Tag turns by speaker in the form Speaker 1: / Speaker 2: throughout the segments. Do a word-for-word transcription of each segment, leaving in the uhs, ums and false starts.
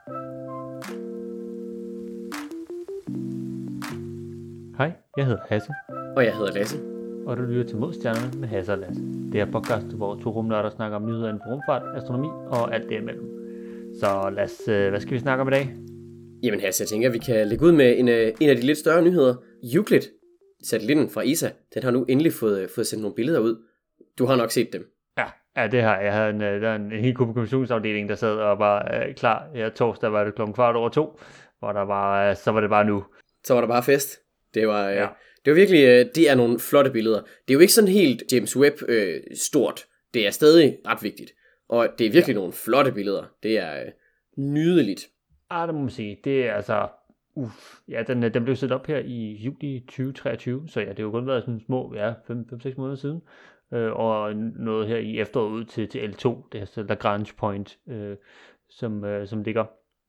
Speaker 1: Hej, jeg hedder Hasse,
Speaker 2: Og jeg hedder Lasse.
Speaker 1: og du lytter til Modstjernerne med Hasse og Lasse. Det er podcast, hvor to rumnørder snakker om nyheder inden for rumfart, astronomi og alt det imellem. Så Lasse, hvad skal vi snakke om i dag?
Speaker 2: Jamen Hasse, jeg tænker, at vi kan lægge ud med en, en af de lidt større nyheder. Euclid, satellitten fra E S A, den har nu endelig fået, fået sendt nogle billeder ud. Du har nok set dem.
Speaker 1: Ja, ja det har jeg. havde en, der er en, en helt kommunikationsafdeling, der sad og var øh, klar. Her torsdag var det klokken kvart over to, hvor der var, øh, så var det bare nu.
Speaker 2: Så var der bare fest. Det var,
Speaker 1: Ja.
Speaker 2: øh, det var virkelig, øh, det er nogle flotte billeder. Det er jo ikke sådan helt James Webb øh, stort. Det er stadig ret vigtigt. Og det er virkelig ja. nogle flotte billeder. Det er øh, nydeligt.
Speaker 1: Ah, det må man sige. Det er altså... Uff. Ja, den, den blev sat op her i juli tyve treogtyve, så ja, det har jo kun været sådan små, ja, fem seks måneder siden. Øh, og noget her i efteråret ud til, til L to, det her så Lagrange Point, øh, som, øh, som ligger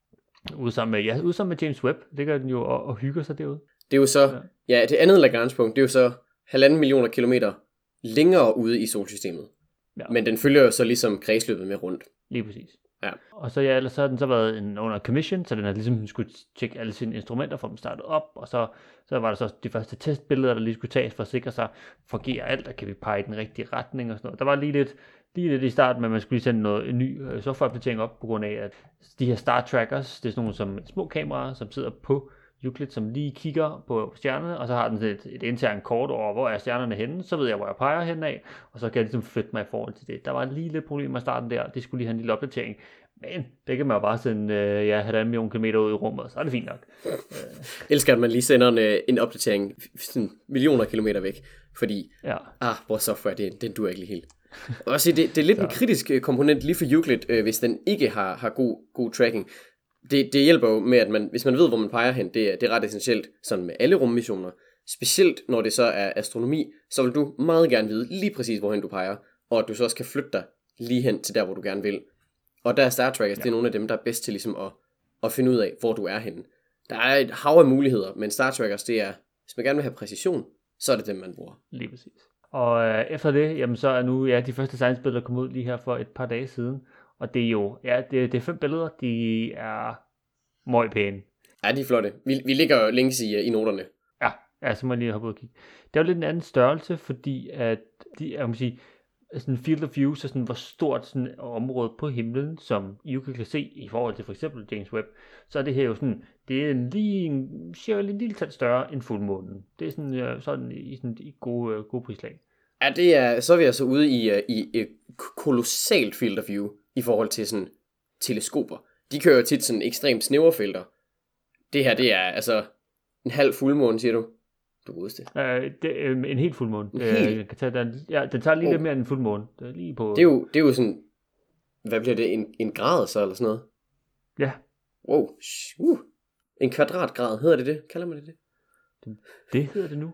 Speaker 1: ude sammen med, ja, ude sammen med James Webb, ligger den jo og, og hygger sig derude.
Speaker 2: Det er jo så, ja, ja det andet Lagrange-punkt, det er jo så halvanden millioner kilometer længere ude i solsystemet.
Speaker 1: Ja.
Speaker 2: Men den følger jo så ligesom kredsløbet med rundt.
Speaker 1: Lige præcis.
Speaker 2: Ja.
Speaker 1: Og så, ja, ellers så har den så været en, under commission, så den har ligesom skulle tjekke alle sine instrumenter, for dem startet op, og så, så var der så de første testbilleder, der lige skulle tages for at sikre sig, fungerer alt, og kan vi pege i den rigtige retning og sådan noget. Der var lige lidt, lige lidt i starten, men man skulle lige sende noget, en ny øh, softwareopdatering op, på grund af, at de her star trackers, det er sådan nogle som små kameraer, som sidder på Euclid, som lige kigger på stjernerne, og så har den et, et internt kort over, hvor er stjernerne henne, så ved jeg, hvor jeg peger hen af, og så kan jeg ligesom flytte mig i forhold til det. Der var lige lidt problemer i starten der, det skulle lige have en lille opdatering, men det kan man jo bare sende, øh, ja, halvanden million kilometer ud i rummet, så er det fint nok.
Speaker 2: Øh. Elsker, at man lige sender en, en opdatering sådan millioner kilometer væk, fordi,
Speaker 1: ja.
Speaker 2: ah, vores software, det, den duer ikke lige helt. Og også, det, det er lidt en kritisk komponent lige for Euclid, øh, hvis den ikke har, har god, god tracking. Det, det hjælper jo med, at man, hvis man ved, hvor man peger hen, det er, det er ret essentielt, sådan med alle rummissioner. Specielt når det så er astronomi, så vil du meget gerne vide lige præcis, hvorhen du peger, og at du så også kan flytte dig lige hen til der, hvor du gerne vil. Og der er Star Trackers, ja. Det er nogle af dem, der er bedst til ligesom at, at finde ud af, hvor du er henne. Der er et hav af muligheder, men Star Trackers, det er, hvis man gerne vil have præcision, så er det dem, man bruger.
Speaker 1: Lige præcis. Og øh, efter det, jamen så er nu, ja, de første science-billeder kommet ud lige her for et par dage siden. Og det er jo, ja, det, det er fem billeder, de er meget pæne.
Speaker 2: Ja, de er flotte. Vi, vi ligger jo længes i, i noterne.
Speaker 1: Ja, ja, så må jeg lige hoppe ud og kigge. Det er jo lidt en anden størrelse, fordi at de, jeg må sige, sådan field of view, så sådan hvor stort sådan et område på himlen, som I kan se i forhold til for eksempel James Webb, så er det her jo sådan, det er en lige en, cirka en lille tand større end fuldmånen. Det er sådan, sådan i sådan i gode, gode prislag.
Speaker 2: Ja, det er, så er vi altså ude i, i, i kolossalt field of view i forhold til sådan teleskoper. De kører tit sådan ekstremt snævre felter. Det her, det er altså en halv fuldmåne, siger du? Du godeste.
Speaker 1: Uh, det, uh, en helt fuldmåne.
Speaker 2: En helt?
Speaker 1: Uh, kan tage den, ja, den tager lige oh. lidt mere end en fuldmåne. Det er, lige på...
Speaker 2: det, er jo, det er jo sådan, hvad bliver det, en, en grad så, eller sådan noget?
Speaker 1: Ja.
Speaker 2: Wow, uh. En kvadratgrad, hedder det det? Kalder man det det?
Speaker 1: Det, det hedder det nu.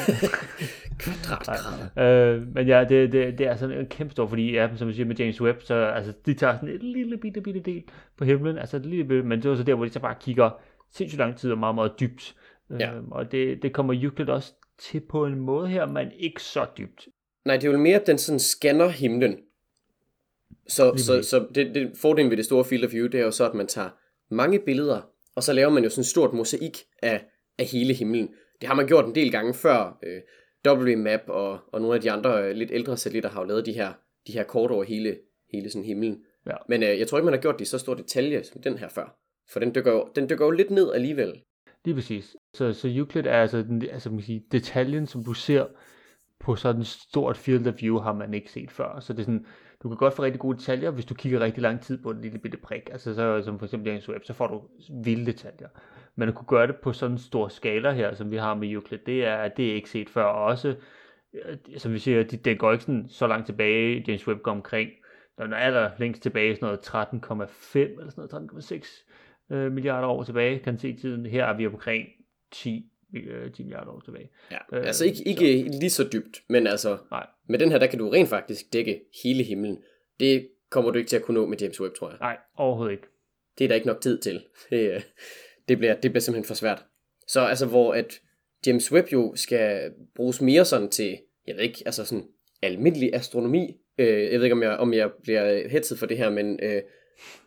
Speaker 2: Kvadratgrad.
Speaker 1: Uh, men ja, det, det, det er sådan en kæmpe stor, fordi ja, som vi siger med James Webb, så altså, de tager sådan et lille bitte, bitte del på himlen, altså et lille bitte, men det er så der, hvor de så bare kigger sindssygt lang tid og meget, meget dybt.
Speaker 2: Ja.
Speaker 1: Uh, og det, det kommer Euclid også til på en måde her, men ikke så dybt.
Speaker 2: Nej, det er jo mere, at den sådan scanner himlen. Så, så, så det, det, fordelen ved det store field of view, det er jo så, at man tager mange billeder, og så laver man jo sådan et stort mosaik af, af hele himlen. Det har man gjort en del gange før. Øh, W map og, og nogle af de andre øh, lidt ældre satellitter har jo lavet de her, de her kort over hele, hele sådan himlen. Ja. Men øh, jeg tror ikke, man har gjort det i så stor detalje som den her før. For den dykker jo, den dykker jo lidt ned alligevel.
Speaker 1: Lige præcis. Så, så Euclid er altså, den, altså man kan sige, detaljen, som du ser på sådan et stort field of view, har man ikke set før. Så det er sådan, du kan godt få rigtig gode detaljer, hvis du kigger rigtig lang tid på en lille bitte prik. Altså så, som for eksempel James Webb, så får du vilde detaljer. Men at kunne gøre det på sådan en stor skala her, som vi har med Euclid, det er, det er ikke set før. Og også, som vi siger, det, det går ikke sådan, så langt tilbage, James Webb går omkring, når den er aller længst tilbage, sådan noget tretten komma fem eller sådan noget, tretten komma seks øh, milliarder år tilbage, kan se tiden. Her er vi omkring ti milliarder år tilbage.
Speaker 2: Ja, øh, altså ikke, ikke lige så dybt, men altså, nej. Med den her, der kan du rent faktisk dække hele himlen. Det kommer du ikke til at kunne nå med James Webb, tror jeg.
Speaker 1: Nej, overhovedet ikke.
Speaker 2: Det er der ikke nok tid til. Det, det, bliver, det bliver simpelthen for svært. Så altså, hvor at James Webb jo skal bruges mere sådan til, jeg ved ikke, altså sådan almindelig astronomi. Øh, jeg ved ikke, om jeg, om jeg bliver hetset for det her, men øh,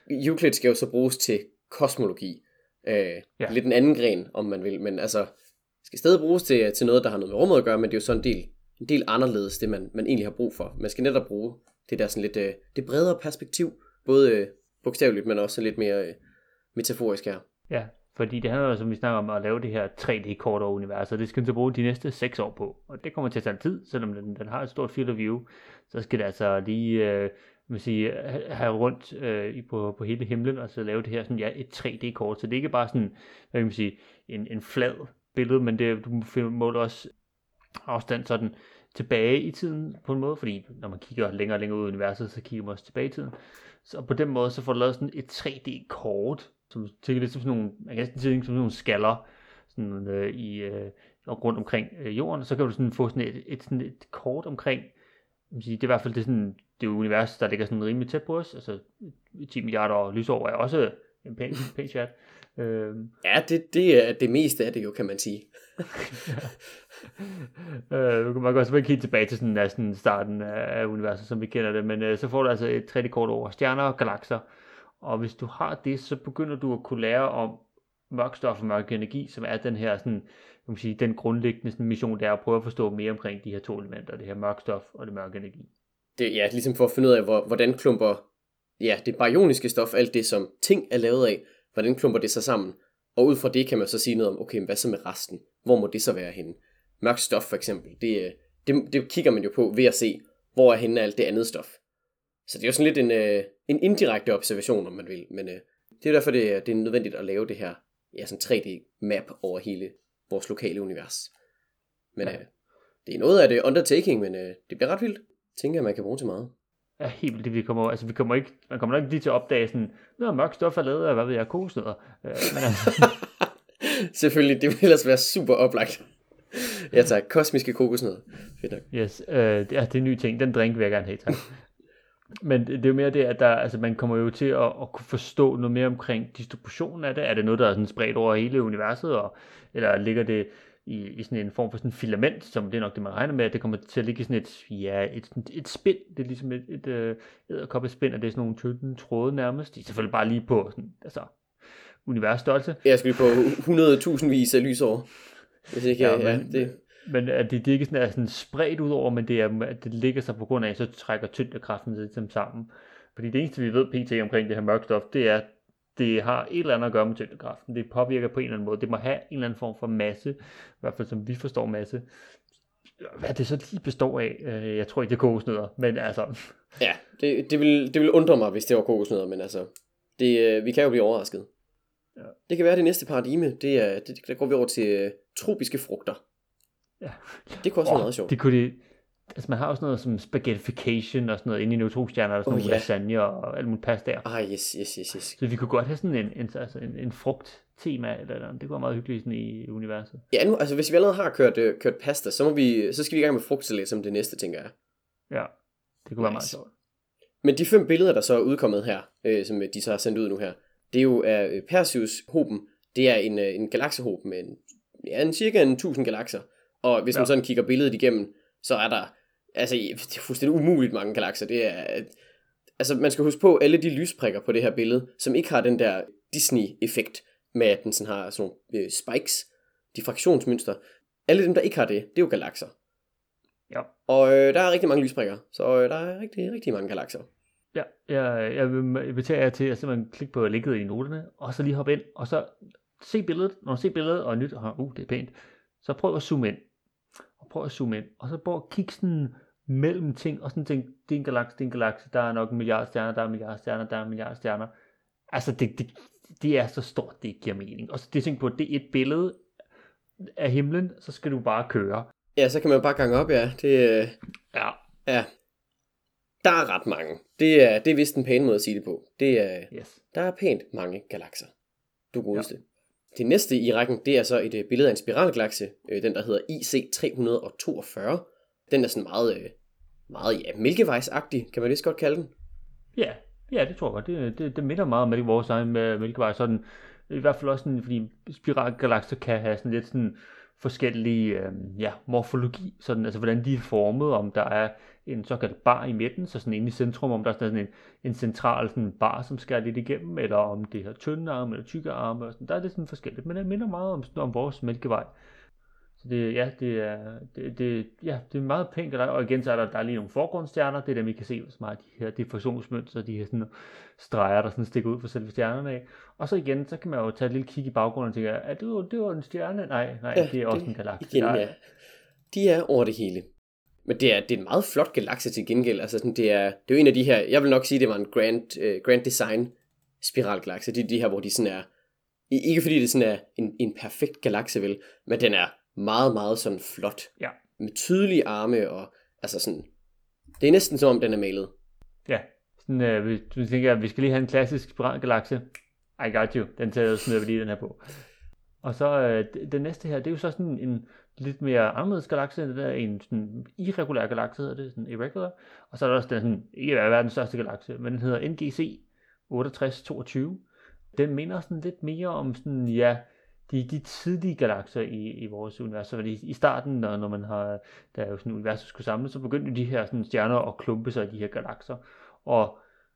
Speaker 2: Euclid skal jo så bruges til kosmologi. Øh, ja. Lidt en anden gren, om man vil, men altså, skal stadig bruges til, til noget, der har noget med rummet at gøre, men det er jo så en del, en del anderledes, det man, man egentlig har brug for. Man skal netop bruge det der sådan lidt, øh, det bredere perspektiv, både øh, bogstaveligt, men også lidt mere øh, metaforisk her.
Speaker 1: Ja, fordi det handler jo, som vi snakker om, at lave det her tre D-kort over universet, og det skal man så bruge de næste seks år på, og det kommer til at tage tid, selvom den, den har et stort field of view, så skal det altså lige øh, man sige, have rundt øh, på, på hele himlen, og så lave det her sådan, ja, et tre D-kort, så det er ikke bare sådan, hvad kan man sige, en, en flad billede, men det, du måler også afstand sådan tilbage i tiden på en måde, fordi når man kigger længere og længere ud i universet, så kigger man også tilbage i tiden, så på den måde, så får du lavet sådan et tre D-kort, som tænker lidt som sådan nogle, man kan næsten tænke som sådan nogle skaller, sådan øh, i, øh, rundt omkring øh, jorden, og så kan du sådan få sådan et, et, sådan et kort omkring, man sige, det er i hvert fald det, sådan, det univers, der ligger sådan rimelig tæt på os, altså ti milliarder lysår er også en pæn, pæn chat. Øhm.
Speaker 2: Ja, det, det er det meste af det jo, kan man sige.
Speaker 1: øh, nu kan man også ikke helt tilbage til sådan, sådan starten af universet, som vi kender det, men øh, så får du altså et tre D-kort over stjerner og galakser, og hvis du har det, så begynder du at kunne lære om mørk stof og mørk energi, som er den her sådan, kan man sige, den grundlæggende sådan, mission, der er at prøve at forstå mere omkring de her to elementer, det her mørk stof og det mørke energi.
Speaker 2: Det, ja, ligesom for at finde ud af, hvor, hvordan klumper, ja, det baryoniske stof, alt det som ting er lavet af, hvordan klumper det sig sammen, og ud fra det kan man så sige noget om, okay, hvad så med resten? Hvor må det så være henne? Mørk stof for eksempel, det, det, det kigger man jo på ved at se, hvor er henne alt det andet stof. Så det er jo sådan lidt en, øh, en indirekte observation, om man vil, men øh, det er derfor, det, det er nødvendigt at lave det her, ja, sådan tre D-map over hele vores lokale univers. Men ja. øh, det er noget af det undertaking, men øh, det bliver ret vildt. Jeg tænker, at man kan bruge til meget.
Speaker 1: Ja, helt vildt, vi kommer, altså vi kommer ikke, man kommer nok ikke lige til at opdage sådan, noget mørk stof er lavet af, hvad ved jeg, kokosnødder. Øh, men altså...
Speaker 2: Selvfølgelig, det vil ellers være super oplagt. Jeg tager kosmiske kokosnødder. Fedt nok.
Speaker 1: Yes, øh, det, er, det er en ny ting, den drink vil jeg gerne have, tak. Men det er jo mere det, at der, altså man kommer jo til at, at kunne forstå noget mere omkring distributionen af det. Er det noget, der er sådan spredt over hele universet, og, eller ligger det i, i sådan en form for sådan filament, som det er nok det, man regner med, at det kommer til at ligge i sådan et, ja, et, et spind. Det er ligesom et, et, et edderkoppespind, og det er sådan nogle tynde tråde nærmest. De er selvfølgelig bare lige på sådan, altså, universstørrelse.
Speaker 2: Jeg skal lige på hundrede tusindvis af lysår. Hvis ikke, ja, ja,
Speaker 1: men,
Speaker 2: det...
Speaker 1: men at det, det ikke sådan er sådan spredt ud over, men det, er, at det ligger sig på grund af, så trækker tyngdekraften sig dem sammen. Fordi det eneste, vi ved pt. Omkring det her mørke stof, det er, det har et eller andet at gøre med tyngdekraften. Det påvirker på en eller anden måde. Det må have en eller anden form for masse, i hvert fald som vi forstår masse. Hvad det så lige består af, jeg tror ikke, det er kokosnødder, men altså...
Speaker 2: Ja, det, det, vil, det vil undre mig, hvis det var kokosnødder, men altså, det, vi kan jo blive overrasket. Ja. Det kan være det næste paradigme, det er, det, der går vi over til uh, tropiske frugter.
Speaker 1: Ja.
Speaker 2: Det kunne også
Speaker 1: oh,
Speaker 2: være meget sjovt.
Speaker 1: Det kunne det, altså man har også noget som spaghettification og sådan noget inde i neutronstjerner, og sådan oh, nogle ja. lasagne og alt muligt pasta.
Speaker 2: Ah, yes, yes, yes, yes.
Speaker 1: Så vi kunne godt have sådan en, en, altså en, en frugt-tema, eller, eller det kunne være meget hyggeligt sådan i universet.
Speaker 2: Ja, nu, altså hvis vi allerede har kørt, øh, kørt pasta, så, må vi, så skal vi i gang med frugtsalat som det næste, tænker jeg.
Speaker 1: Ja, det kunne nice. Være meget sjovt.
Speaker 2: Men de fem billeder, der så er udkommet her, øh, som de så har sendt ud nu her, det er jo af øh, Perseus-hoben. Det er en, øh, en galaksehob med en, ja, en cirka en tusind galakser. Og hvis ja. man sådan kigger billedet igennem, så er der, altså det er fuldstændig umuligt mange galakser. Det er, altså man skal huske på alle de lysprikker på det her billede, som ikke har den der Disney-effekt med, at den sådan har sådan nogle øh, spikes, diffraktionsmønster. Alle dem, der ikke har det, det er jo galakser.
Speaker 1: Ja.
Speaker 2: Og øh, der er rigtig mange lysprikker, så øh, der er rigtig, rigtig mange galakser.
Speaker 1: Ja, jeg, jeg vil invitere jer til at simpelthen klikke på linket i noterne, og så lige hoppe ind, og så se billedet. Når du ser billedet, og nyt, og uh, det er pænt, så prøv at zoome ind. Og prøv at zoome ind, og så prøv at kigge sådan mellem ting, og sådan tænk, det er en galakse, det er en galakse, der er nok en milliard stjerner, der er en milliard stjerner, der er en milliard stjerner. Altså, det, det, det er så stort, det giver mening. Og så det tænk på, det er et billede af himlen, så skal du bare køre.
Speaker 2: Ja, så kan man bare gange op, ja. Det,
Speaker 1: ja.
Speaker 2: Ja. Der er ret mange. Det er, det er vist en pæn måde at sige det på. Det er,
Speaker 1: yes.
Speaker 2: Der er pænt mange galakser. Du godeste. Ja. Det næste i rækken, det er så et billede af en spiralgalakse. Den, der hedder I C tre hundrede toogfyrre. Den er sådan meget, meget ja, mælkevejsagtig, kan man vist godt kalde den.
Speaker 1: Ja, ja, det tror jeg godt. Det, det, det minder meget om vores egen mælkevej. Sådan, i hvert fald også sådan, fordi spiralgalakser kan have sådan lidt sådan forskellige øh, ja, morfologi, sådan, altså hvordan de er formet, om der er en såkaldt bar i midten, så sådan inde i centrum, om der er sådan en, en central sådan bar, som skærer lidt igennem, eller om det her tynde arme eller tykke arme, og sådan. Der er det sådan forskelligt, men det minder meget om, om vores Mælkevej. Så det, ja, det er, det, det, ja, det er meget pænt, og igen så er der, der er lige nogle forgrundsstjerner, det er dem, I kan se, hvor meget de her diffusionsmønstre, de her sådan streger, der sådan stikker ud fra selve stjernerne af. Og så igen, så kan man jo tage et lille kig i baggrunden og tænke, er det, det var en stjerne? Nej, nej, ja, det er også det, en galakse.
Speaker 2: Igen, ja. De er over det hele. Men det er, det er en meget flot galakse til gengæld. Altså sådan, det, er, det er jo en af de her, jeg vil nok sige, det var en grand, uh, grand design spiralgalakse. Det er de her, hvor de sådan er, ikke fordi det sådan er en, en perfekt galakse, vel, men den er meget, meget sådan flot.
Speaker 1: Ja. Med
Speaker 2: tydelige arme, og altså sådan, det er næsten som om den er malet.
Speaker 1: Ja, sådan, øh, hvis du tænker, at vi skal lige have en klassisk spiralgalakse, I got you, den tager smider vi lige den her på. Og så øh, det, det næste her, det er jo så sådan en lidt mere anderledes galakse, det der en sådan irregulær galakse, hedder det, sådan irregular. Og så er der også den sådan, ikke verdens største galakse, men den hedder N G C otteogtres toogtyve. Den minder sådan lidt mere om sådan, ja, de, de tidlige galakser i, i vores univers. Fordi i starten, når, når man har, der er jo sådan universet skulle samles, så begyndte de her sådan stjerner at klumpe sig i de her galakser. Og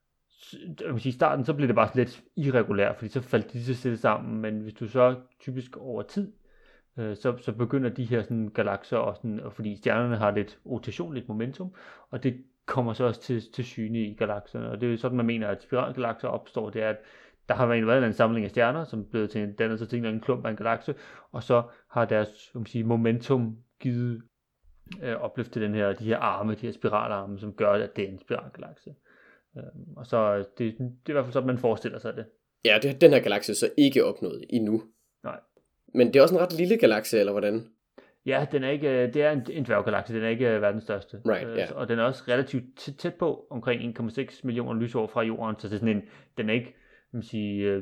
Speaker 1: jeg vil sige, i starten, så blev det bare lidt irregulært, fordi så faldt de så stille sammen. Men hvis du så typisk over tid, øh, så, så begynder de her sådan galakser, og sådan, og fordi stjernerne har lidt rotation, lidt momentum, og det kommer så også til, til syne i galakserne. Og det er jo sådan, man mener, at spiralgalakser opstår, det er, at der har været en samling af stjerner, som blev til en, dannet sig til en klump af en galakse, og så har deres man sige, momentum givet øh, opløft til den her, de her arme, de her spiralarme, som gør, at det er en spiralgalakse. Øh, og så det, det er i hvert fald sådan, man forestiller sig det.
Speaker 2: Ja, det har den her galakse så ikke opnået endnu.
Speaker 1: Nej.
Speaker 2: Men det er også en ret lille galakse, eller hvordan?
Speaker 1: Ja, den er ikke, det er en, en dværggalakse, den er ikke verdens største.
Speaker 2: Right, yeah.
Speaker 1: Og den er også relativt tæt, tæt på, omkring en komma seks millioner lysår fra jorden, så det er sådan en, den er ikke man sige,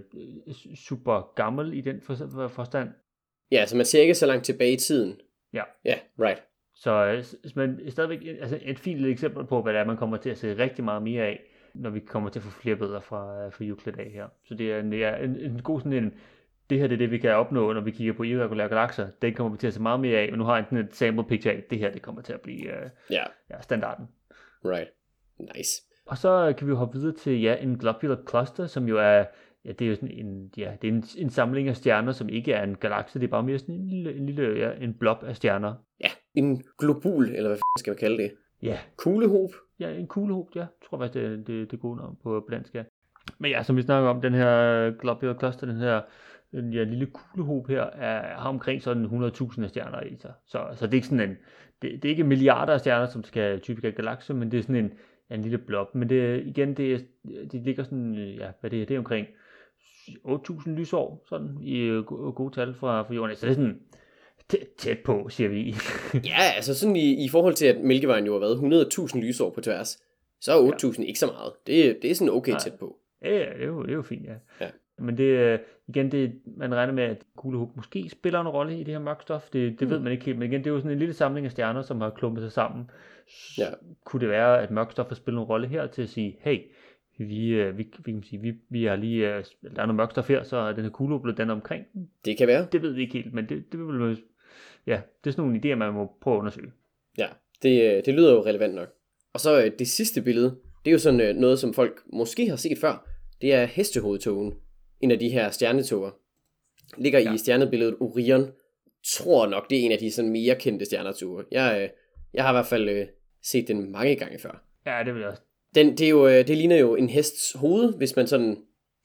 Speaker 1: super gammel i den forstand.
Speaker 2: Ja, så man ser ikke så langt tilbage i tiden.
Speaker 1: Ja.
Speaker 2: Ja, yeah, right.
Speaker 1: Så men stadigvæk altså et fint lille eksempel på, hvad det er, man kommer til at se rigtig meget mere af, når vi kommer til at få flere billeder fra, fra Euclid af her. Så det er en, ja, en, en god sådan en, det her det er det, vi kan opnå, når vi kigger på irregulære galakser. Den kommer vi til at se meget mere af, men nu har jeg et sample picture af, det her det kommer til at blive uh,
Speaker 2: yeah.
Speaker 1: ja, standarden.
Speaker 2: Right. Nice.
Speaker 1: Og så kan vi jo hoppe videre til ja, en globular cluster, som jo er, ja, det er jo sådan en, ja, det er en, en samling af stjerner, som ikke er en galakse, det er bare mere sådan en lille, en lille ja, en blob af stjerner.
Speaker 2: Ja, en globul, eller hvad f*** skal man kalde det?
Speaker 1: Ja.
Speaker 2: Kuglehob?
Speaker 1: Ja, en kuglehob, ja. Jeg tror faktisk, det er det, det gode navn på dansk, ja. Men ja, som vi snakker om, den her globular cluster, den her den ja, lille kuglehob her, er, har omkring sådan hundrede tusind stjerner i sig. Så, så det er ikke sådan en, det, det er ikke milliarder af stjerner, som skal typisk have galakse, men det er sådan en en lille blob, men det igen det det ligger sådan ja, hvad det er, det er omkring otte tusind lysår sådan i gode, gode tal fra fra jorden. Så det er sådan tæt, tæt på, siger vi.
Speaker 2: Ja, altså sådan i, i forhold til at Mælkevejen jo har været hundrede tusind lysår på tværs, så er otte tusind ja. Ikke så meget. Det det er sådan okay. Nej. Tæt på.
Speaker 1: Ja, det er jo det er jo fint, ja.
Speaker 2: Ja.
Speaker 1: Men det igen det man regner med at kuglehob måske spiller en rolle i det her mørkstof. Det det mm. ved man ikke helt, men igen det er jo sådan en lille samling af stjerner, som har klumpet sig sammen. Ja. Kunne det være at mørkstof har spillet en rolle her til at sige, hey, vi vi vi kan sige vi vi har lige der er noget mørkstof her, så er den her kuglehob blevet dannet omkring den.
Speaker 2: Det kan være.
Speaker 1: Det ved vi ikke helt, men det det vil ja, det er sådan nogle idéer man må prøve at undersøge.
Speaker 2: Ja, det det lyder jo relevant nok. Og så det sidste billede, det er jo sådan noget som folk måske har set før. Det er hestehovedtogen. En af de her stjernetoger. Ligger ja. I stjernebilledet Orion. Tror nok, det er en af de sådan mere kendte stjernetoger. Jeg, jeg har i hvert fald øh, set den mange gange før.
Speaker 1: Ja, det vil jeg også.
Speaker 2: Den, det, er jo, det ligner jo en hests hoved, hvis man sådan...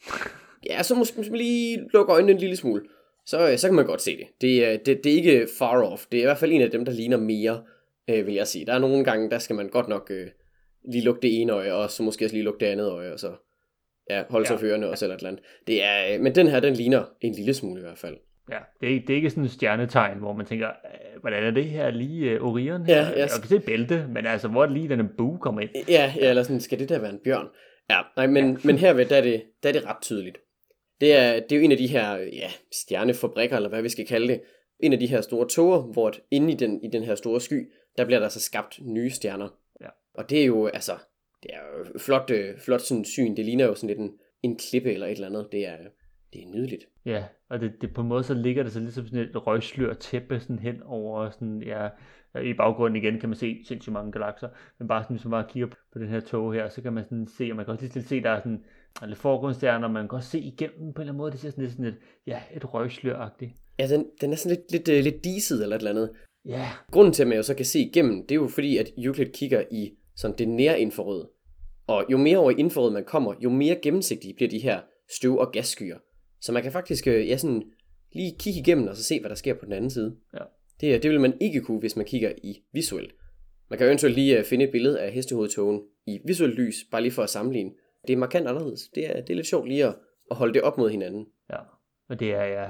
Speaker 2: Ja, så måske man lige lukker øjnene en lille smule. Så, så kan man godt se det. Det, det. det er ikke far off. Det er i hvert fald en af dem, der ligner mere, øh, vil jeg sige. Der er nogle gange, der skal man godt nok øh, lige lukke det ene øje, og så måske også lige lukke det andet øje, og så... Ja, holde sig ja. Førende også eller et eller andet. Det er, men den her, den ligner en lille smule i hvert fald.
Speaker 1: Ja, det er, det er ikke sådan et stjernetegn, hvor man tænker, hvordan er det her lige uh, Orion her?
Speaker 2: Ja, ja.
Speaker 1: Jeg kan se bælte, men altså, hvor er det lige den bue kommer ind?
Speaker 2: Ja, ja, eller sådan, skal det der være en bjørn? Ja, nej, men, ja. men herved, der er, det, der er det ret tydeligt. Det er, det er jo en af de her ja, stjernefabrikker, eller hvad vi skal kalde det. En af de her store toger, hvor inde i den, i den her store sky, der bliver der så skabt nye stjerner.
Speaker 1: Ja.
Speaker 2: Og det er jo, altså... Det er jo flot, øh, flot sådan syn. Det ligner jo sådan lidt en, en klippe eller et eller andet. Det er, det er nydeligt.
Speaker 1: Ja, og det, det på en måde så ligger det så ligesom sådan et røgslør tæppe sådan hen over sådan, ja, I baggrunden igen kan man se sindssygt mange galakser, men bare sådan, hvis man bare kigger på den her tog her, så kan man sådan se, og man kan også lige se, der er sådan lidt forgrundsstjerner, og man kan også se igennem den på en eller anden måde, det ser sådan lidt sådan et, ja, et røgslør-agtigt.
Speaker 2: Ja, den, den er sådan lidt, lidt, lidt diset eller et eller andet.
Speaker 1: Ja. Yeah.
Speaker 2: Grunden til, at man jo så kan se igennem, det er jo fordi, at Euclid kigger i sådan det nære infrarøde. Og jo mere over i infrarød man kommer, jo mere gennemsigtige bliver de her støv- og gasskyer. Så man kan faktisk ja, sådan lige kigge igennem og så se, hvad der sker på den anden side.
Speaker 1: Ja.
Speaker 2: Det, det vil man ikke kunne, hvis man kigger i visuelt. Man kan eventuelt lige finde et billede af hestehovedtogen i visuelt lys, bare lige for at sammenligne. Det er markant anderledes. Det er, det er lidt sjovt lige at, at holde det op mod hinanden.
Speaker 1: Ja, og det er ja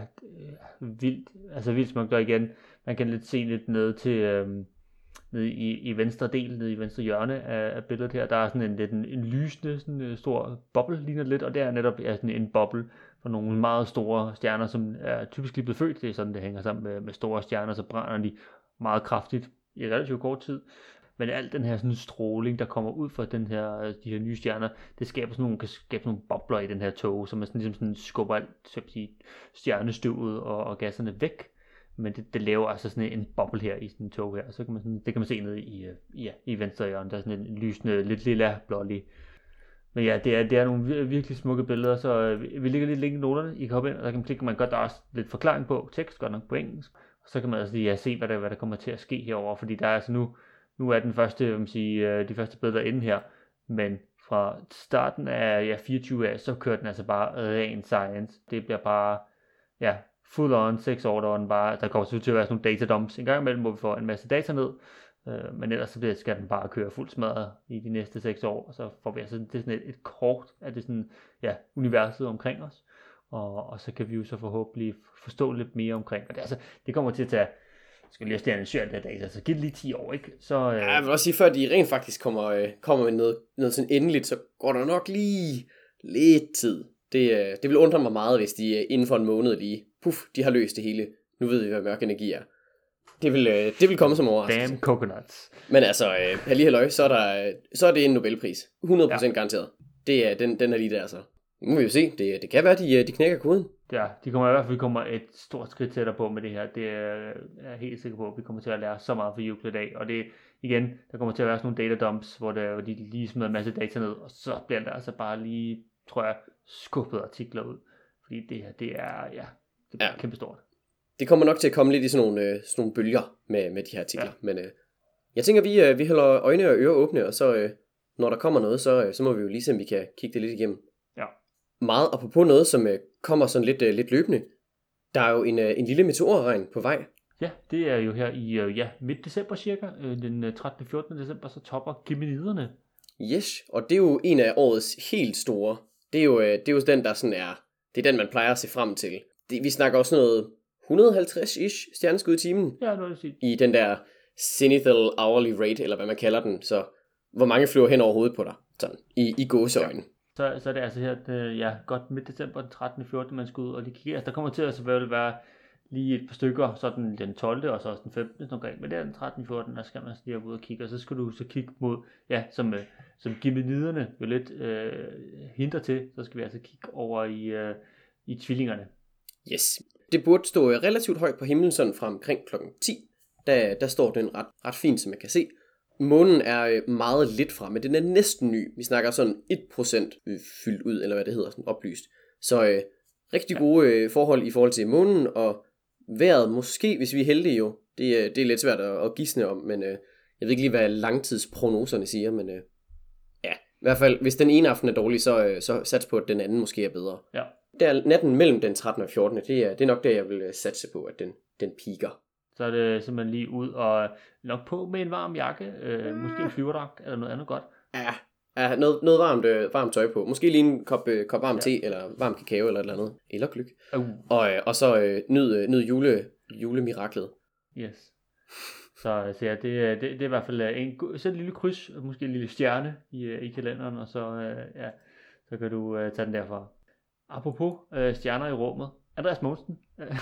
Speaker 1: vildt, altså vildt smukt, og igen, man kan lidt se lidt ned til, øhm, ned i, i venstre del, ned i venstre hjørne af, af billedet her, der er sådan en lidt en, en lysende, sådan en stor boble, ligner lidt, og det er netop ja, sådan en boble for nogle meget store stjerner, som er typisk lige blevet født. Det er sådan, det hænger sammen med, med store stjerner, så brænder de meget kraftigt i relativt kort tid. Men alt den her sådan stråling, der kommer ud fra den her, de her nye stjerner, det skaber sådan nogle, kan skabe sådan nogle bobler i den her tog, så man sådan, ligesom sådan skubber alt så at sige, stjernestøvet og, og gasserne væk. Men det, det laver altså sådan en boble her i sådan en tog her, så kan man sådan, det kan man se nede i, ja, i venstre hjørne, der er sådan en lysende, lidt lilla blålig. Men ja, det er, det er nogle virkelig smukke billeder, så vi ligger lidt link i noterne, I kan hoppe ind, og der kan, kan man godt, der er også lidt forklaring på, tekst godt nok på engelsk, og så kan man altså lige ja, se, hvad der, hvad der kommer til at ske herover, fordi der er altså nu, nu er den første, vil man sige, de første billeder inde her, men fra starten af ja, fireogtyve af, så kører den altså bare ren science. Det bliver bare, ja, full on seks år, der, den bare, der kommer til at være sådan nogle data dumps en gang imellem, hvor vi får en masse data ned, øh, men ellers så skal den bare køre fuldt smadret i de næste seks år, og så får vi altså det er sådan et, et kort af det sådan, ja, universet omkring os, og, og så kan vi jo så forhåbentlig forstå lidt mere omkring, og det, altså, det kommer til at tage, skal lige også analysere det her data, så giv det lige ti år, ikke? Så, øh...
Speaker 2: ja, jeg vil også sige, før de rent faktisk kommer, øh, kommer med noget, noget sådan endeligt, så går der nok lige lidt tid. Det, øh, det vil undre mig meget, hvis de øh, inden for en måned lige, puff, de har løst det hele. Nu ved vi, hvad mørk energi er. Det vil, øh, det vil komme som overraskelse.
Speaker 1: Damn coconuts.
Speaker 2: Men altså, øh, halli halløj, så er, der, så er det en Nobelpris. hundrede procent ja. Garanteret. Det er, den, den er lige der, så. Nu må vi jo se. Det, det kan være, de, de knækker koden.
Speaker 1: Ja, de kommer i hvert fald kommer et stort skridt tættere på med det her. Det er jeg helt sikker på, at vi kommer til at lære så meget for Euclid af. Og det igen, der kommer til at være sådan nogle data dumps, hvor, det, hvor de lige smider en masse data ned, og så bliver der altså bare lige, tror jeg, skubbet artikler ud. Fordi det her, det er, ja, det er ja. kæmpe stort.
Speaker 2: Det kommer nok til at komme lidt i sådan nogle, øh, sådan nogle bølger med, med de her artikler. Ja. Men øh, jeg tænker, vi, øh, vi holder øjne og ører åbne, og så øh, når der kommer noget, så, øh, så må vi jo lige se, om vi kan kigge det lidt igennem.
Speaker 1: Ja.
Speaker 2: Meget apropos noget, som øh, kommer sådan lidt, øh, lidt løbende. Der er jo en, øh, en lille meteorregn på vej.
Speaker 1: Ja, det er jo her i øh, ja, midt december cirka, øh, den trettende og fjortende december, så topper Geminiderne.
Speaker 2: Yes, og det er jo en af årets helt store. Det er jo, øh, det er jo den, der sådan er, det er den, man plejer at se frem til. Det, vi snakker også noget et hundrede og halvtreds-ish stjerneskud i timen.
Speaker 1: Ja, noget at sige.
Speaker 2: I den der zenithal hourly rate, eller hvad man kalder den. Så hvor mange flyver hen over hovedet på dig, sådan, i, i gåseøjne.
Speaker 1: Ja. Så, så er det altså her, det, ja, godt midt december, den trettende og fjortende, man skal ud og lige kigge. Altså, der kommer til at selvfølgelig være lige et par stykker, så den, den tolvte og så også den femtende omkring. Men det er den trettende og fjortende, der skal man lige ud og kigge. Og så skal du så kigge mod, ja, som, som Geminiderne jo lidt øh, hinter til, så skal vi altså kigge over i, øh, i tvillingerne.
Speaker 2: Yes. Det burde stå relativt højt på himlen, sådan fra omkring klokken ti. Der, der står den ret, ret fint, som man kan se. Månen er meget lidt fra, men den er næsten ny. Vi snakker sådan et procent fyldt ud, eller hvad det hedder, sådan oplyst. Så øh, rigtig gode øh, forhold i forhold til månen, og vejret måske, hvis vi er heldige jo. Det, øh, det er lidt svært at, at gisne om, men øh, jeg ved ikke lige, hvad langtidsprognoserne siger, men øh, ja, i hvert fald, hvis den ene aften er dårlig, så, øh, så sats på, at den anden måske er bedre.
Speaker 1: Ja.
Speaker 2: Der natten mellem den trettende og fjortende, det er, det er nok der, jeg vil satse på, at den, den piker.
Speaker 1: Så er det simpelthen lige ud og nok på med en varm jakke, øh, måske en flyverdragt eller noget andet godt.
Speaker 2: Ja, ja noget, noget varmt, øh, varmt tøj på. Måske lige en kop, øh, kop varm ja. te, eller varm kakao eller et eller andet. Eller gløgg. Uh. Og, øh, og så øh, nyd, øh, nyd jule, julemiraklet.
Speaker 1: Yes. Så, så ja, det, det, det er i hvert fald en, så et lille kryds, måske en lille stjerne i, i kalenderen, og så, øh, ja, så kan du øh, tage den derfra. Apropos øh, stjerner i rummet. Andreas Mogensen.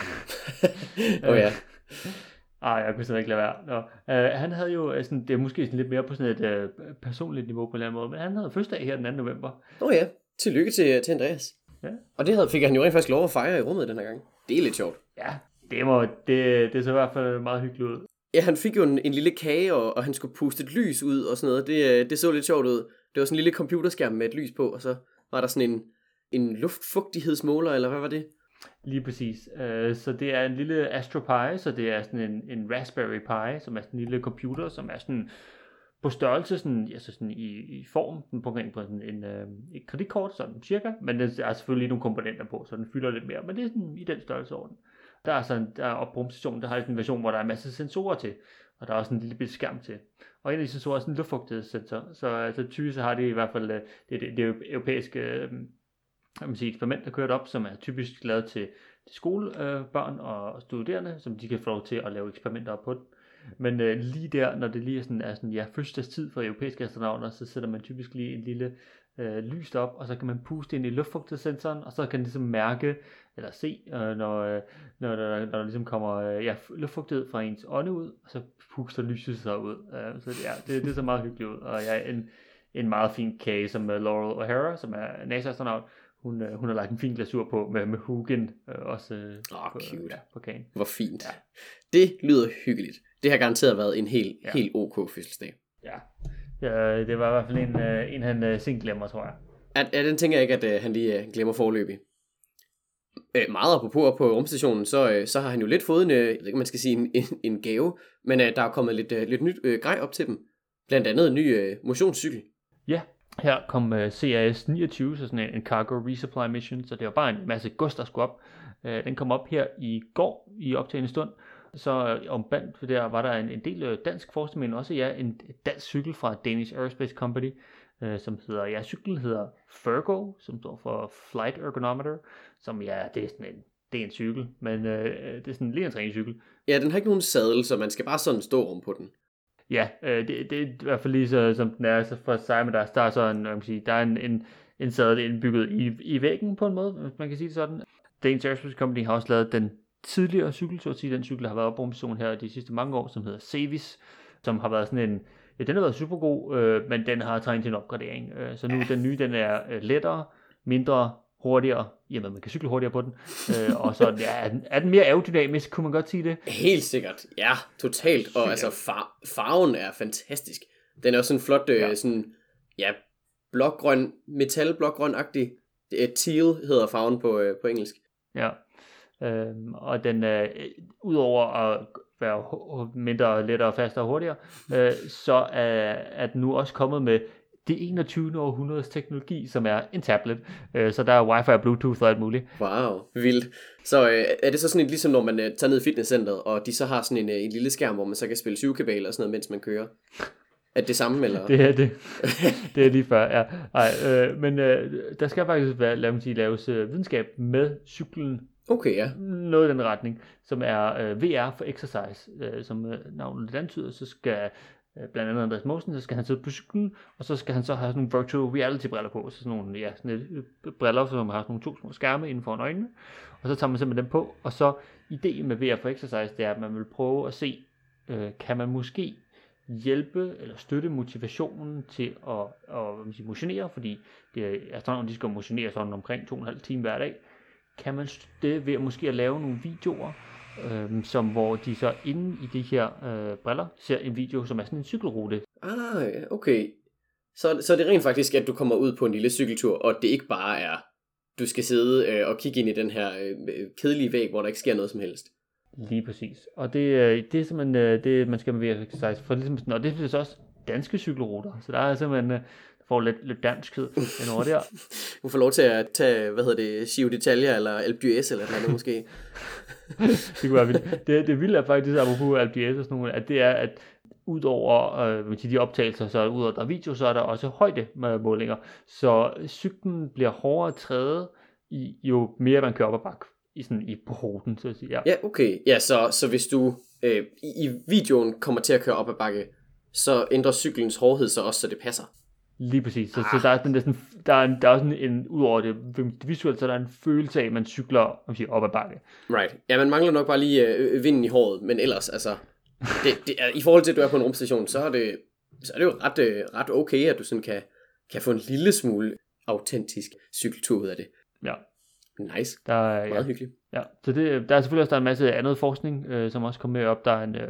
Speaker 2: Åh oh, ja.
Speaker 1: Ej, jeg kunne slet ikke lade være. Nå. Uh, han havde jo, sådan, det er måske sådan lidt mere på sådan et uh, personligt niveau på en eller anden måde, men han havde fødselsdag her den anden november.
Speaker 2: Åh oh, ja, tillykke til, til Andreas.
Speaker 1: Ja.
Speaker 2: Og det havde, fik han jo rent faktisk lov at fejre i rummet den her gang. Det er lidt sjovt.
Speaker 1: Ja, det, må, det, det så i hvert fald meget hyggeligt ud.
Speaker 2: Ja, han fik jo en, en lille kage, og, og han skulle puste et lys ud og sådan noget. Det, det så lidt sjovt ud. Det var sådan en lille computerskærm med et lys på, og så var der sådan en, en luftfugtighedsmåler, eller hvad var det?
Speaker 1: Lige præcis. Uh, så det er en lille Astro Pi, så det er sådan en, en Raspberry Pi, som er sådan en lille computer, som er sådan på størrelse, sådan, altså sådan i, i form, på en, på sådan en, øh, et kreditkort, sådan cirka, men der er selvfølgelig nogle komponenter på, så den fylder lidt mere, men det er sådan i den størrelsesorden. Der er sådan, der er op på rumstationen, der har sådan en version, hvor der er en masse sensorer til, og der er også en lille bitte skærm til. Og en af de sensorer er sådan en luftfugtighedssensor, så altså, typisk så har de i hvert fald, det, det, det europæiske øh, man sige, eksperiment, der kørt op, som er typisk lavet til, til skolebørn øh, og studerende, som de kan få lov til at lave eksperimenter op på den. Men øh, lige der, når det lige er sådan, er sådan ja, fødselsdagstid for europæiske astronauter, så sætter man typisk lige en lille øh, lys op, og så kan man puste ind i luftfugtighedssensoren, og så kan det ligesom mærke, eller se, øh, når, øh, når, der, når der ligesom kommer øh, ja, luftfugtighed fra ens ånde ud, og så puster lyset sig ud. Øh, så ja, det, det ser meget hyggeligt ud, og ja, en, en meget fin kage, som uh, Laurel O'Hara, som er NASA-astronaut, hun, øh, hun har lagt en fin glasur på, med, med Hugin øh, også øh,
Speaker 2: oh,
Speaker 1: på,
Speaker 2: cute.
Speaker 1: Ja, på kagen.
Speaker 2: Hvor fint. Ja. Det lyder hyggeligt. Det har garanteret været en helt, ja. helt ok fødselsdag.
Speaker 1: Ja. ja, det var i hvert fald en, øh, en han øh, sent glemmer, tror jeg.
Speaker 2: At, at den tænker jeg ikke, at øh, han lige øh, glemmer forløbig. Øh, meget apropos på rumstationen, så, øh, så har han jo lidt fået en, øh, jeg ved ikke, man skal sige en, en, en gave, men øh, der er kommet lidt, øh, lidt nyt øh, grej op til dem. Blandt andet en ny øh, motionscykel.
Speaker 1: Ja, her kom uh, C R S niogtyve, så sådan en, en cargo resupply mission, så det var bare en masse gods, der skulle op. Uh, den kom op her i går i optagende stund. Så uh, om band for der var der en, en del uh, dansk forskning, men også ja, en dansk cykel fra Danish Aerospace Company, uh, som hedder, ja, cyklen hedder Fergo, som står for Flight Ergometer, som ja, det er sådan en, det er en cykel, men uh, det er sådan lige en træningscykel.
Speaker 2: Ja, den har ikke nogen sadel, så man skal bare sådan stå rum på den.
Speaker 1: Ja, øh, det, det er i hvert fald lige så, som den er, så for at sige med der, der er så en, man kan sige, der er en, en, en sadel indbygget i, i væggen på en måde, hvis man kan sige det sådan. Danish Aerospace Company har også lavet den tidligere cykel, så at sige, den cykel, der har været op på rumstationen her de sidste mange år, som hedder Cevis, som har været sådan en, ja, den har været super god, øh, men den har trængt til en opgradering. Øh, så nu den nye, den er øh, lettere, mindre, hurtigere, jamen man kan cykle hurtigere på den, øh, og så ja, er, den, er den mere aerodynamisk, kunne man godt sige det?
Speaker 2: Helt sikkert, ja, totalt, og altså far, farven er fantastisk. Den er også sådan flot, øh, ja. sådan, ja, blågrøn, metal-blågrøn-agtig, teal hedder farven på, øh, på engelsk.
Speaker 1: Ja, øh, og den er, øh, udover at være mindre, lettere, fastere og hurtigere, øh, så er, er den nu også kommet med det enogtyvende århundredes teknologi, som er en tablet. Øh, så der er wifi og bluetooth og alt muligt.
Speaker 2: Wow, vildt. Så øh, er det så sådan et, ligesom når man øh, tager ned i fitnesscenteret, og de så har sådan en, øh, en lille skærm, hvor man så kan spille syvkabale og sådan noget, mens man kører? Er det samme, eller?
Speaker 1: Det er det. Det er lige før, ja. Ej, øh, men øh, der skal faktisk være, lad mig sige, laves øh, videnskab med cyklen.
Speaker 2: Okay, ja.
Speaker 1: Noget i den retning, som er øh, V R for exercise, øh, som øh, navnet lidt antyder, så skal blandt andet Andreas Mogensen, så skal han sidde på cyklen, og så skal han så have sådan nogle virtual reality briller på, så sådan nogle, ja, sådan et, briller, som har sådan nogle to små skærme inden for øjnene, og så tager man simpelthen dem på, og så ideen med V R for exercise, det er, at man vil prøve at se, øh, kan man måske hjælpe eller støtte motivationen til at, at, at sige, motionere, fordi det er astronauterne, de skal motionere sådan omkring to og en halv time hver dag. Kan man støtte det ved at måske at lave nogle videoer, Øhm, som hvor de så inde i de her øh, briller ser en video, som er sådan en cykelrute.
Speaker 2: Ah, okay. Så, så er det rent faktisk, at du kommer ud på en lille cykeltur, og det ikke bare er, du skal sidde øh, og kigge ind i den her øh, kedelige væg, hvor der ikke sker noget som helst.
Speaker 1: Lige præcis. Og det, øh, det er simpelthen øh, det, man skal med V R exercise for ligesom sådan, og det er så også danske cykelruter, så der er simpelthen øh, får lidt, lidt danskhed ind over der.
Speaker 2: Du får lov til at tage, hvad hedder det, Giro d'Italia eller Alpe d'Huez eller noget måske.
Speaker 1: Det kunne være vildt. Det, det vilde er faktisk, apropos Alpe d'Huez og sådan noget, at det er, at udover øh, de optagelser, så udover der er video, så er der også højdemålinger. Så cyklen bliver hårdere træde, i, jo mere man kører op ad bakke i, sådan, i på ruten, så at sige. Ja,
Speaker 2: ja okay. Ja, så, så hvis du øh, i, i videoen kommer til at køre op ad bakke, så ændrer cyklens hårdhed så også, så det passer.
Speaker 1: Lige præcis. Så, ah. så der er den der sådan, der er, en, der er også en, en udover det, det visuelt, så der er en følelse af, at man cykler om siger, op ad bakke.
Speaker 2: Right. Ja, man mangler nok bare lige øh, vinden i håret, men ellers, altså, det, det er, i forhold til, at du er på en rumstation, så er det, så er det jo ret, øh, ret okay, at du sådan kan, kan få en lille smule autentisk cykeltur ud af det.
Speaker 1: Ja.
Speaker 2: Nice.
Speaker 1: Der er,
Speaker 2: meget
Speaker 1: ja,
Speaker 2: hyggeligt.
Speaker 1: Ja, så det, der er selvfølgelig også der er en masse andet forskning, øh, som også kommer med op. Der er en øh,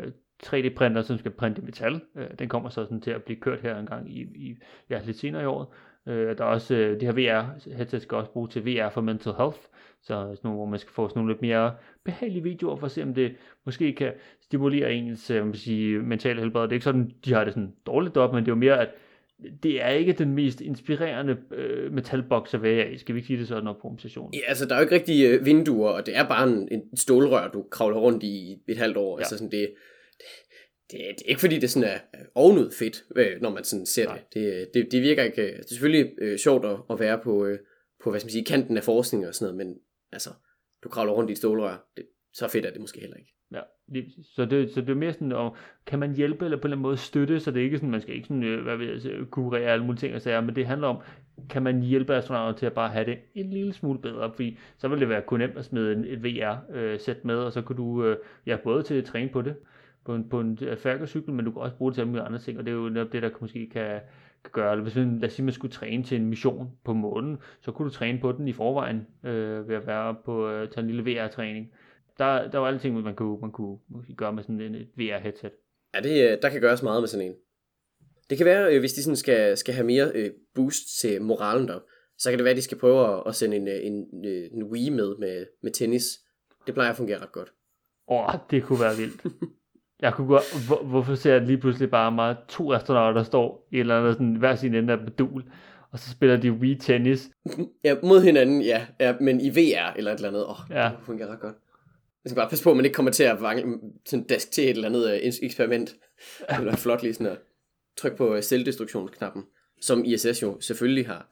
Speaker 1: tre D-printer, som skal printe metal. Øh, den kommer så sådan til at blive kørt her en gang i, i ja, lidt senere i året. Øh, der er også, øh, de her V R-headset skal også bruge til V R for mental health, så sådan nogle, hvor man skal få sådan nogle lidt mere behagelige videoer, for at se, om det måske kan stimulere ens øh, man sige, mentale helbred. Det er ikke sådan, de har det sådan dårligt op, men det er jo mere, at det er ikke den mest inspirerende øh, metalboks at være i. Skal vi ikke sige det sådan op på organisationen?
Speaker 2: Ja, altså der er jo ikke rigtig øh, vinduer, og det er bare en, en stålrør, du kravler rundt i et halvt år. Ja. Altså sådan, det, det, det, det er ikke fordi, det sådan er ovenud fedt, øh, når man sådan ser Nej. det. Det, det. Det virker ikke... Det er selvfølgelig øh, sjovt at, at være på, øh, på, hvad skal man sige, kanten af forskning og sådan noget, men altså, du kravler rundt i et stålrør. Det, så fedt er det måske heller ikke.
Speaker 1: Ja, så det, så det er mere sådan, og kan man hjælpe eller på en eller anden måde støtte, så det er ikke sådan, man skal ikke sådan, øh, hvad ved jeg, kurere alle mulige ting og sager, men det handler om, kan man hjælpe astronauter til at bare have det en lille smule bedre, fordi så vil det være kun nemt at smide en, et V R-sæt med, og så kan du, øh, ja, både til at træne på det, på en, på en færgecykel, men du kan også bruge det til alle mulige andre ting, og det er jo netop det, der måske kan, kan gøre, eller hvis man, lad os sige, man skulle træne til en mission på månen, så kunne du træne på den i forvejen, øh, ved at være på, øh, tage en lille V R-træning. Der, der var alle ting, man kunne, man kunne gøre med sådan en, et V R-headset.
Speaker 2: Ja, det, der kan gøres meget med sådan en. Det kan være, hvis de sådan skal, skal have mere øh, boost til moralen der, så kan det være, at de skal prøve at, at sende en, en, en Wii med, med med tennis. Det plejer at fungere ret godt.
Speaker 1: Åh, oh, det kunne være vildt. Jeg kunne godt, hvor, hvorfor ser jeg lige pludselig bare meget to astronauter, der står i et eller andet sådan, hver sin ende af modul, og så spiller de Wii tennis.
Speaker 2: Ja, mod hinanden, ja, ja, men i V R eller et eller andet. Åh, oh,
Speaker 1: ja.
Speaker 2: Det fungerer ret godt. Jeg skal bare passe på, at man ikke kommer til at vangle, sådan dask til et eller andet uh, eksperiment. Det ville være flot lige sådan at trykke på uh, selvdestruktionsknappen, som I S S jo selvfølgelig har.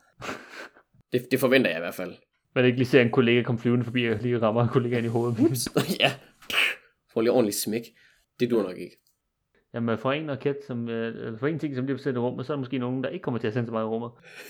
Speaker 2: Det, det forventer jeg i hvert fald.
Speaker 1: Man ikke lige ser en kollega komme flyvende forbi og lige rammer en kollega ind i hovedet.
Speaker 2: Ja, får lige ordentligt smæk. Det dur nok ikke.
Speaker 1: Jamen for en raket, som, for en ting, som bliver sendt i rummet, så er der måske nogen, der ikke kommer til at sende så meget i rummet.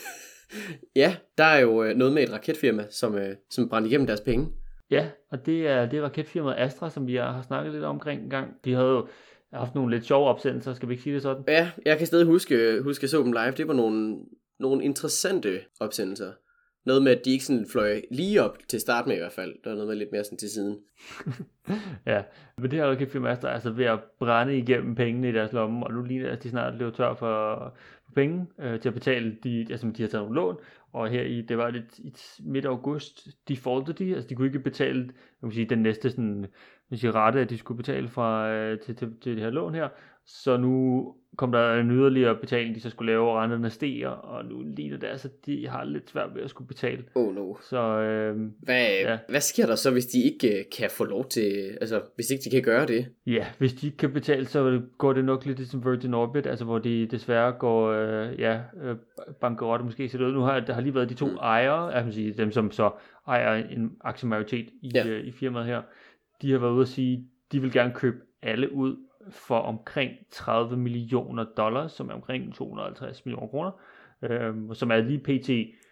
Speaker 2: Ja, der er jo noget med et raketfirma, som, som brændte igennem deres penge.
Speaker 1: Ja, og det er det er raketfirmaet Astra, som vi har snakket lidt omkring en gang. De havde jo haft nogle lidt sjove opsendelser, skal vi ikke sige det sådan?
Speaker 2: Ja, jeg kan stadig huske, huske at så dem live. Det var nogle, nogle interessante opsendelser. Noget med, at de ikke sådan fløj lige op til start med i hvert fald. Der var noget med lidt mere sådan til siden.
Speaker 1: Ja, men det her raketfirma Astra er altså ved at brænde igennem pengene i deres lomme, og nu ligner det, at de snart løber tør for, for penge øh, til at betale. De, altså, de har taget nogle lån, og her i, det var lidt i midt august, defaultede de, altså de kunne ikke betale, jeg kan sige, den næste sådan, jeg siger, rate, at de skulle betale fra, øh, til, til, til det her lån her. Så nu kom der en yderligere betaling, de så skulle lave, og renterne stiger, og nu ligner det altså, de har lidt svært ved at skulle betale.
Speaker 2: Oh no.
Speaker 1: Så, øh,
Speaker 2: hvad, ja. hvad sker der så, hvis de ikke kan få lov til, altså hvis ikke de kan gøre det?
Speaker 1: Ja, hvis de ikke kan betale, så går det nok lidt som Virgin Orbit, altså hvor de desværre går, øh, ja, øh, bankerot måske ser det ud. Nu har der har lige været de to mm. ejere, jeg kan sige, dem som så ejer en aktiemajoritet i, ja. øh, i firmaet her, de har været ude at sige, de vil gerne købe alle ud for omkring tredive millioner dollars, som er omkring to hundrede og halvtreds millioner kroner, øh, som er lige pt.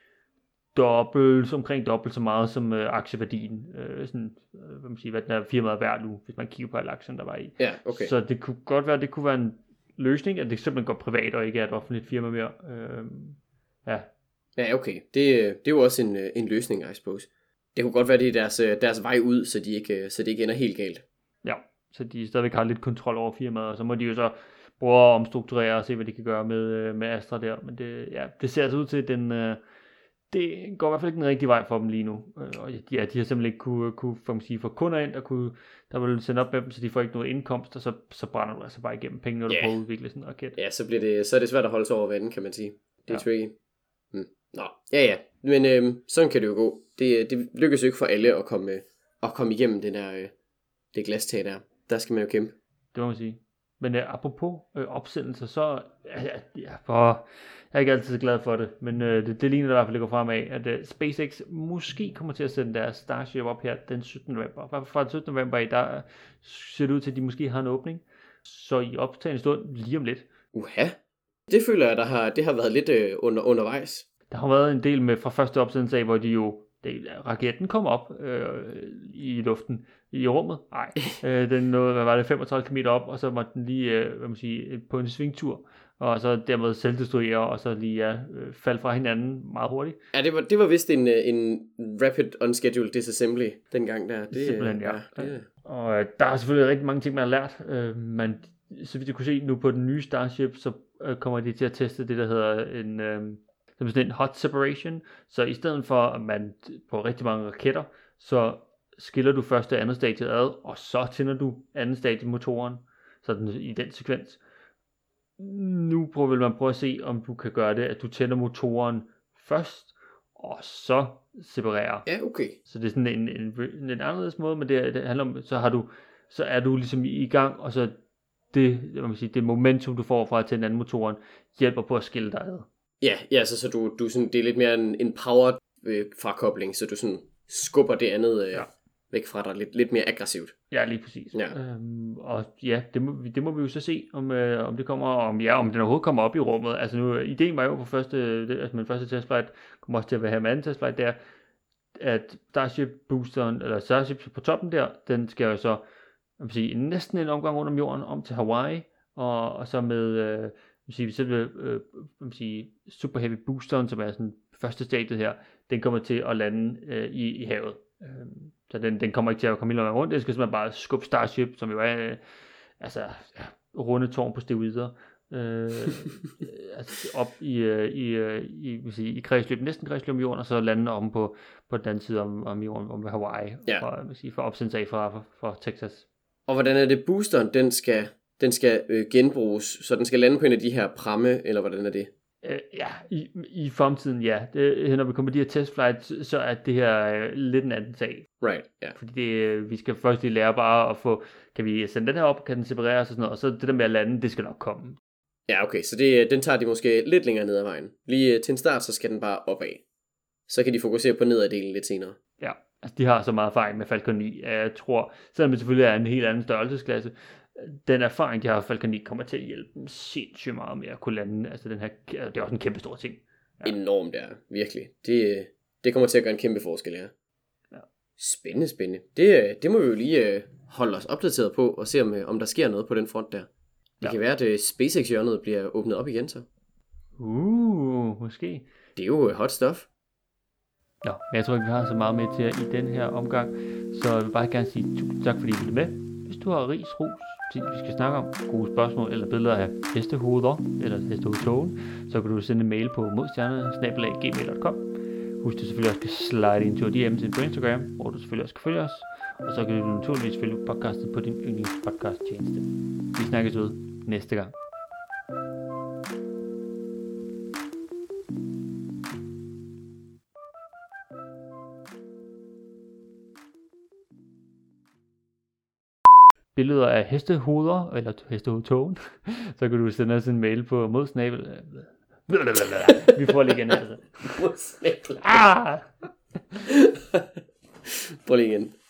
Speaker 1: dobbelt, omkring dobbelt så meget som øh, aktieværdien, øh, sådan, øh, hvad man siger, hvad den er firmaet er værd nu, hvis man kigger på alle aktierne, der var i.
Speaker 2: Ja, okay.
Speaker 1: Så det kunne godt være, at det kunne være en løsning, at det simpelthen går privat og ikke er et offentligt firma mere. Øh, ja.
Speaker 2: Ja, okay. Det, det er jo også en, en løsning, I suppose. Det kunne godt være, det er deres, deres vej ud, så de ikke, så det ikke ender helt galt.
Speaker 1: Ja, så de stadigvæk har lidt kontrol over firmaet, og så må de jo så prøve at omstrukturere og se, hvad de kan gøre med, med Astra der. Men det, ja, det ser altså ud til, at den, det går i hvert fald ikke den rigtige vej for dem lige nu. Og ja, de har simpelthen ikke kunne, kunne for man sige, få kunder ind, der, kunne, der vil sende op med dem, så de får ikke noget indkomst, og så, så brænder du altså bare igennem penge, når du yeah. prøver at udvikle sådan en raket.
Speaker 2: Ja, så, bliver det, så er det svært at holde sig over vandet, kan man sige. Det er ja. tricky. Hmm. Nå, ja ja. Men øhm, sådan kan det jo gå. Det, det lykkes jo ikke for alle at komme, at komme igennem det der, det glastag der. Der skal man jo kæmpe.
Speaker 1: Det må man sige. Men øh, apropos øh, opsendelser, så ja, ja, for, jeg er ikke altid så glad for det, men øh, det, det ligner i hvert fald, det går fremad, at øh, SpaceX måske kommer til at sende deres Starship op her den syttende november. Fra den syttende november i, der ser det ud til, at de måske har en åbning. Så i optagende stund lige om lidt.
Speaker 2: Uha, det føler jeg, der har, det har været lidt øh, under, undervejs.
Speaker 1: Der har været en del med fra første opsendelse af, hvor de jo, det, raketten kom op øh, i luften, i rummet. Nej, øh, den nåede, hvad var det, femogtredive kilometer op, og så var den lige, øh, hvad man siger, på en svingtur, og så dermed selvdestruere, og så lige ja, øh, falde fra hinanden meget hurtigt.
Speaker 2: Ja, det var, det var vist en, en rapid unscheduled disassembly dengang der. Det,
Speaker 1: Simpelthen, ja.
Speaker 2: ja det...
Speaker 1: Og øh, der er selvfølgelig rigtig mange ting, man har lært. Øh, man så vidt jeg kunne se nu på den nye Starship, så øh, kommer de til at teste det, der hedder en, øh, som sådan en hot separation. Så i stedet for, at man på rigtig mange raketter, så skiller du første og andet stadie ad, og så tænder du anden stadie motoren, sådan i den sekvens. Nu prøver vil man prøve at se, om du kan gøre det, at du tænder motoren først, og så separerer.
Speaker 2: Ja, okay.
Speaker 1: Så det er sådan en, en, en, en anderledes måde, men det, det handler om, så har du, så er du ligesom i gang, og så det, hvad man siger, det momentum, du får fra at tænde anden motoren, hjælper på at skille dig ad.
Speaker 2: Ja, ja, så, så du, du sådan, det er lidt mere en, en power øh, frakobling, så du sådan skubber det andet øh, ja. væk fra dig lidt, lidt mere aggressivt.
Speaker 1: Ja, lige præcis.
Speaker 2: Ja.
Speaker 1: Øhm, og ja, det må, det må vi jo så se, om, øh, om det kommer, om, ja, om den overhovedet kommer op i rummet. Altså nu, ideen var jo på første, det, altså min første testflight, kommer også til at være her med anden testflight, der, at Starship boosteren, eller Starship på toppen der, den skal jo så, jeg vil sige, næsten en omgang rundt om jorden, om til Hawaii, og, og så med, øh, sige, selve øh, sige, Super Heavy boosteren, som er sådan første stadiet her, den kommer til at lande øh, i, i havet. Øh, så den, den kommer ikke til at komme hele vejen rundt. Det skal simpelthen bare skubbe Starship, som jo er øh, altså ja, runde tårn på steroider, øh, altså op i, øh, i, øh, i, vil sige, i kredsløb, næsten kredsløb om jorden, og så lande om på, på den anden side om, om jorden, om Hawaii,
Speaker 2: ja.
Speaker 1: for, vil sige, for opsendelse af fra, fra, fra Texas.
Speaker 2: Og hvordan er det boosteren, den skal, den skal øh, genbruges, så den skal lande på en af de her pramme, eller hvordan er det?
Speaker 1: Øh, ja, i, i fremtiden, ja. Det, når vi kommer på de her testflights, så er det her øh, lidt en anden sag.
Speaker 2: Right, ja. Yeah.
Speaker 1: Fordi det, vi skal først lige lære bare at få, kan vi sende den her op, kan den separeres og sådan noget, og så det der med at lande, det skal nok komme.
Speaker 2: Ja, okay, så det, den tager de måske lidt længere ned ad vejen. Lige til en start, så skal den bare opad. Så kan de fokusere på nedaddelen lidt senere.
Speaker 1: Ja, altså de har så meget erfaring med Falcon ni. Jeg tror, selvom det selvfølgelig er en helt anden størrelsesklasse, den erfaring, de har af Falcon ni, kommer til at hjælpe dem sindssygt meget med at kunne lande. Altså den her, det er også en kæmpe stor ting.
Speaker 2: Ja. Enormt, der, virkelig. Det, det kommer til at gøre en kæmpe forskel, ja.
Speaker 1: Ja.
Speaker 2: Spændende, spændende. Det, det må vi jo lige uh, holde os opdateret på, og se om, om der sker noget på den front der. Det ja. kan være, at SpaceX-hjørnet bliver åbnet op igen, så.
Speaker 1: Uh, måske.
Speaker 2: Det er jo uh, hot stuff.
Speaker 1: Nå, men jeg tror ikke, vi har så meget med til i den her omgang, så jeg vil bare gerne sige tusind tak, fordi I lyttede med. Hvis du har ris, ros, ting vi skal snakke om, gode spørgsmål eller billeder af hestehoveder eller hestehovedtogen, så kan du sende en mail på modstjerne snabel-a gmail punktum com. Husk, du selvfølgelig også kan slide ind til D M til på Instagram, hvor du selvfølgelig også kan følge os, og så kan du naturligvis følge podcastet på din yndlingspodcast tjeneste. Vi snakkes ud næste gang. Billeder af hestehoveder, eller hestehovedtogen, så kan du sende os en mail på modsnabel. Vi får lige igen. Altså.
Speaker 2: Modsnabel.
Speaker 1: Ah!
Speaker 2: Prøv lige igen.